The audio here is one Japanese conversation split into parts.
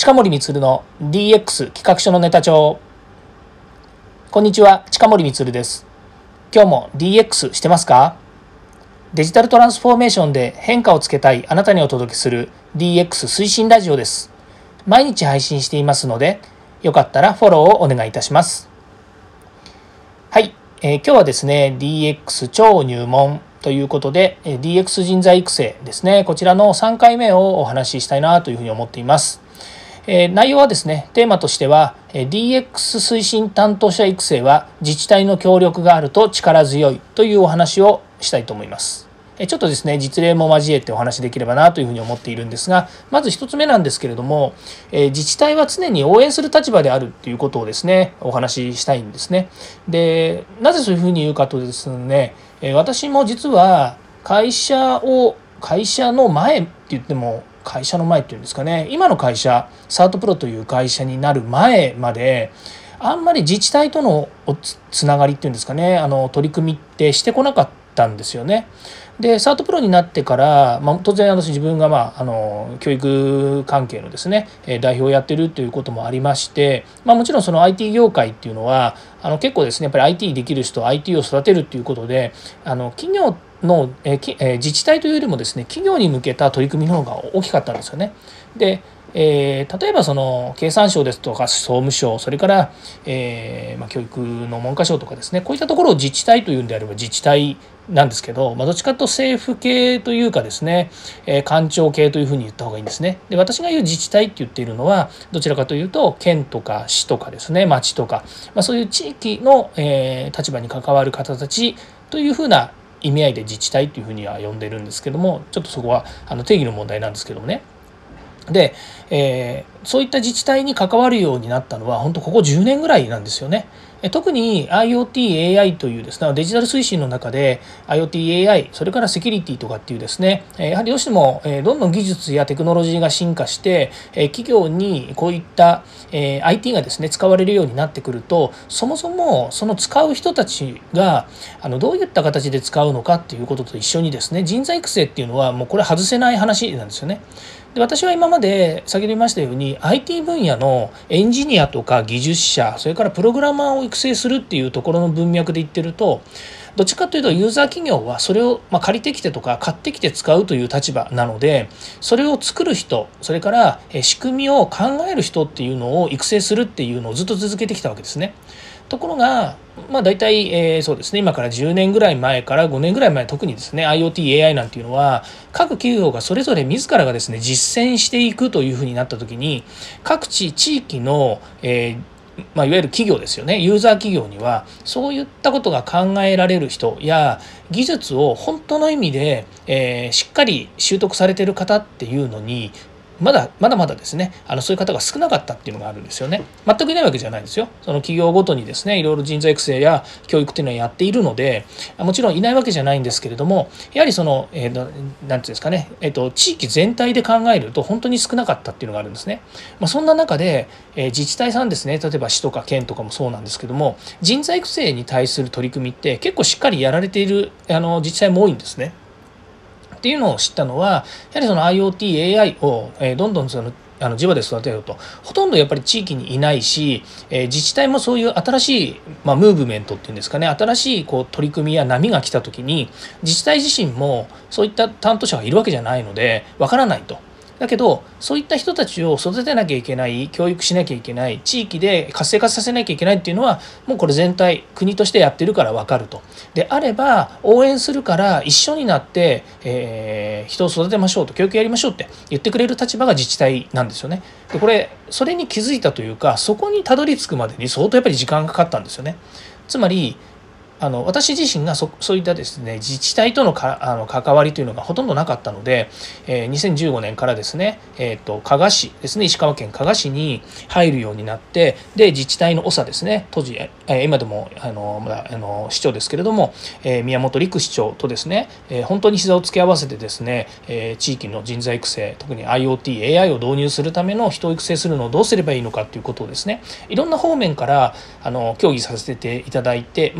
近森光の DX 企画書のネタ帳。こんにちは、近森光です。今日も DX してますか？デジタルトランスフォーメーションで変化をつけたいあなたにお届けする DX 推進ラジオです。毎日配信していますので、よかったらフォローをお願いいたします。はい、今日はですね、DX 超入門ということで、DX 人材育成ですね、こちらの3回目をお話ししたいなというふうに思っています。内容はですね、テーマとしては DX 推進担当者育成は自治体の協力があると力強いというお話をしたいと思います。ちょっとですね、実例も交えてお話しできればなというふうに思っているんですが、まず一つ目なんですけれども、自治体は常に応援する立場であるということをですね、お話ししたいんですね。で、なぜそういうふうに言うかとですね、私も実は会社の前って言っても、会社の前っていうんですかね、今の会社サートプロという会社になる前まであんまり自治体とのつながりっていうんですかね、取り組みってしてこなかったんですよね。でサートプロになってから、当然自分が、教育関係のですね代表をやってるということもありまして、もちろんその IT 業界っていうのは結構ですね、やっぱり IT できる人 IT を育てるっていうことで企業の自治体というよりもですね、企業に向けた取り組みの方が大きかったんですよね。で例えばその経産省ですとか総務省、それから、教育の文科省とかですね、こういったところを自治体というんであれば自治体なんですけど、どっちかというと政府系というかですね、官庁系というふうに言った方がいいんですね。で私が言う自治体って言っているのはどちらかというと県とか市とかですね、町とか、そういう地域の、立場に関わる方たちというふうな意味合いで自治体というふうには呼んでるんですけども、ちょっとそこは定義の問題なんですけどもね。で、そういった自治体に関わるようになったのは本当ここ10年ぐらいなんですよね。特に IoT、AI というですね、デジタル推進の中で IoT、AI、それからセキュリティとかっていうですね、やはりどうしてもどんどん技術やテクノロジーが進化して企業にこういった IT がですね使われるようになってくると、そもそもその使う人たちがどういった形で使うのかっていうことと一緒にですね、人材育成っていうのはもうこれ外せない話なんですよね。で私は今まで先ほど言いましたように IT 分野のエンジニアとか技術者、それからプログラマーを育成するっていうところの文脈で言ってると、どっちかというとユーザー企業はそれを借りてきてとか買ってきて使うという立場なので、それを作る人、それから仕組みを考える人っていうのを育成するっていうのをずっと続けてきたわけですね。ところが大体、そうですね、今から10年ぐらい前から5年ぐらい前、特にですね IoT、AI なんていうのは各企業がそれぞれ自らがですね実践していくというふうになった時に、各地域の、いわゆる企業ですよね、ユーザー企業にはそういったことが考えられる人や技術を本当の意味で、しっかり習得されている方っていうのにまだですね、そういう方が少なかったっていうのがあるんですよね。全くいないわけじゃないんですよ。その企業ごとにですね、いろいろ人材育成や教育っていうのはやっているので、もちろんいないわけじゃないんですけれども、やはりその、なんていうんですかね、地域全体で考えると本当に少なかったっていうのがあるんですね。そんな中で、自治体さんですね、例えば市とか県とかもそうなんですけども、人材育成に対する取り組みって結構しっかりやられている自治体も多いんですね。っていうのを知ったのは、やはりその IoT、AI をどんどん地場で育てようと、ほとんどやっぱり地域にいないし、自治体もそういう新しい、ムーブメントっていうんですかね、新しい取り組みや波が来た時に自治体自身もそういった担当者がいるわけじゃないのでわからないと。だけどそういった人たちを育てなきゃいけない、教育しなきゃいけない、地域で活性化させなきゃいけないっていうのはもうこれ全体国としてやってるから分かると。であれば応援するから一緒になって、人を育てましょうと、教育やりましょうって言ってくれる立場が自治体なんですよね。でこれそれに気づいたというか、そこにたどり着くまでに相当やっぱり時間がかかったんですよね。つまり私自身がそういったですね自治体との関わりというのがほとんどなかったので、2015年からですね、加賀市ですね、石川県加賀市に入るようになって、で自治体の長ですね、当時、今でも市長ですけれども、宮本陸市長とですね、本当に膝を突き合わせてですね、地域の人材育成、特に IoT、AI を導入するための人を育成するのをどうすればいいのかということをですね、いろんな方面から協議させていただいて、その時の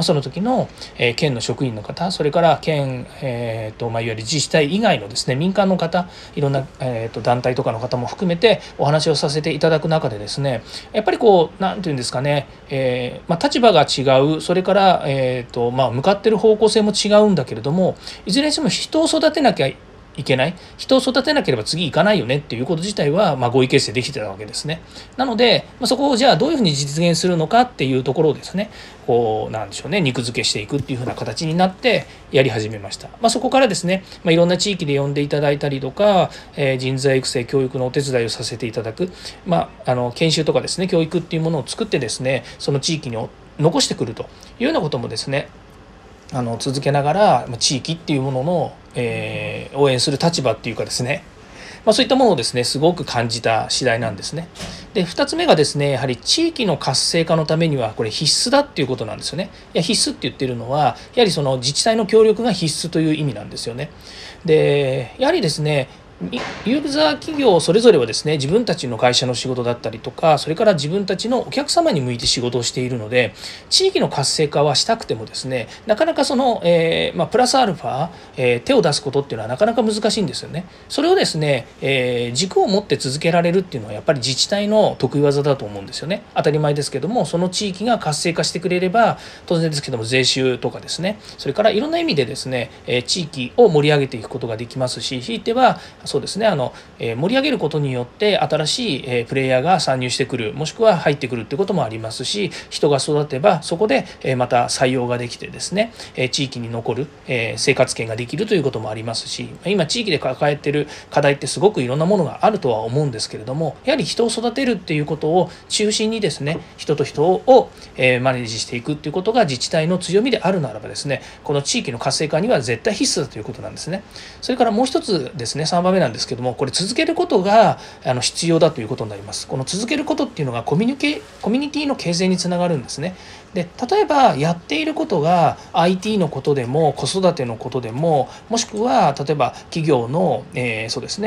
の、県の職員の方、それから県、いわゆる自治体以外のですね、民間の方、いろんな、団体とかの方も含めてお話をさせていただく中でですね、やっぱりなんていうんですかね、立場が違う、それから、向かってる方向性も違うんだけれども、いずれにしても人を育てなきゃいけない、人を育てなければ次行かないよねっていうこと自体は、合意形成できてたわけですね。なので、そこをじゃあどういうふうに実現するのかっていうところをですね、なんでしょうね、肉付けしていくっていうふうな形になってやり始めました。そこからですね、いろんな地域で呼んでいただいたりとか、人材育成教育のお手伝いをさせていただく、研修とかですね、教育っていうものを作ってですね、その地域に残してくるというようなこともですね、続けながら地域っていうものの、応援する立場っていうかですね、そういったものをですねすごく感じた次第なんですね。で2つ目がですね、やはり地域の活性化のためにはこれ必須だっていうことなんですよね。必須って言ってるのはやはりその自治体の協力が必須という意味なんですよね。でやはりですね、ユーザー企業それぞれはですね、自分たちの会社の仕事だったりとか、それから自分たちのお客様に向いて仕事をしているので、地域の活性化はしたくてもですね、なかなかその、プラスアルファ、手を出すことっていうのはなかなか難しいんですよね。それをですね、軸を持って続けられるっていうのはやっぱり自治体の得意技だと思うんですよね。当たり前ですけども、その地域が活性化してくれれば、当然ですけども税収とかですね、それからいろんな意味でですね、地域を盛り上げていくことができますし、ひいてはそうですね、盛り上げることによって新しいプレイヤーが参入してくる、もしくは入ってくるってこともありますし、人が育てばそこでまた採用ができてですね、地域に残る生活圏ができるということもありますし、今地域で抱えている課題ってすごくいろんなものがあるとは思うんですけれども、やはり人を育てるっていうことを中心にですね、人と人をマネージしていくっていうことが自治体の強みであるならばですね、この地域の活性化には絶対必須だということなんですね。それからもう一つですね、3番目なんですけども、これ続けることが必要だということになります。この続けることっていうのがコミュニティの形成につながるんですね。で例えばやっていることが IT のことでも子育てのことでも、もしくは例えば企業の、そうですね、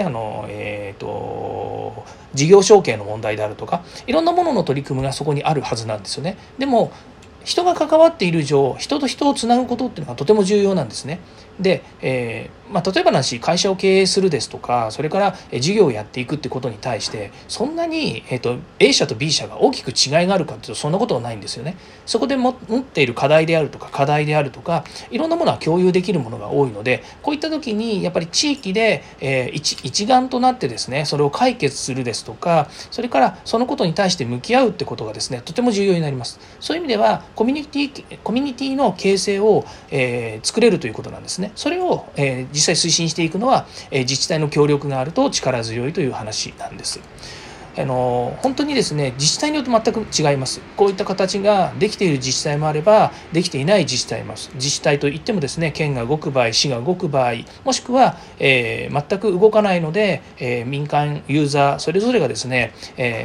事業承継の問題であるとか、いろんなものの取り組みがそこにあるはずなんですよね。でも人が関わっている以上、人と人をつなぐことっていうのがとても重要なんですね。で、例えばの話、会社を経営するですとか、それから事業をやっていくってことに対してそんなに、A 社と B 社が大きく違いがあるかというとそんなことはないんですよね。そこで持っている課題であるとか課題であるとか、いろんなものは共有できるものが多いので、こういった時にやっぱり地域で、一丸となってですね、それを解決するですとか、それからそのことに対して向き合うってことがですね、とても重要になります。そういう意味ではコミュニティの形成を、作れるということなんですね。それを、実際推進していくのは、自治体の協力があると力強いという話なんです。本当にですね、自治体によって全く違います。こういった形ができている自治体もあればできていない自治体もあります。自治体といってもですね、県が動く場合、市が動く場合、もしくは、全く動かないので、民間ユーザーそれぞれがですね、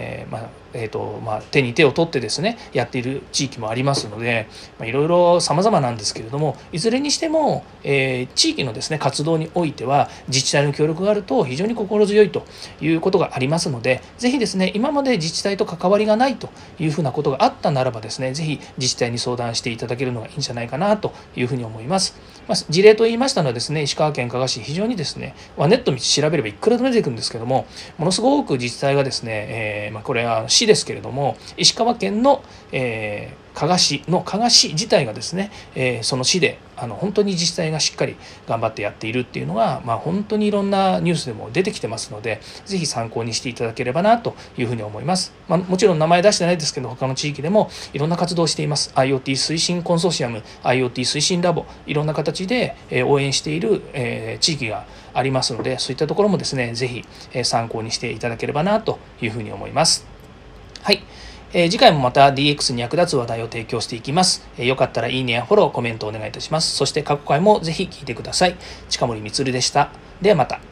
手に手を取ってですねやっている地域もありますので、いろいろ様々なんですけれども、いずれにしても、地域のですね活動においては自治体の協力があると非常に心強いということがありますので、ぜひですね、今まで自治体と関わりがないというふうなことがあったならばですね、ぜひ自治体に相談していただけるのがいいんじゃないかなというふうに思います。事例と言いましたのはですね、石川県加賀市、非常にですね、ネットで調べればいくらでも出てくるんですけども、ものすごく自治体がですね、これは市ですけれども、石川県の、加賀市自体がですね、その市で本当に自治体がしっかり頑張ってやっているっていうのが、本当にいろんなニュースでも出てきてますので、ぜひ参考にしていただければなというふうに思います。もちろん名前出してないですけど、他の地域でもいろんな活動をしています。 IoT 推進コンソーシアム、 IoT 推進ラボ、いろんな形で応援している地域がありますので、そういったところもですね、ぜひ参考にしていただければなというふうに思います。はい、次回もまた DX に役立つ話題を提供していきます。よかったらいいねやフォロー、コメントお願いいたします。そして過去回もぜひ聞いてください。近森光でした。ではまた。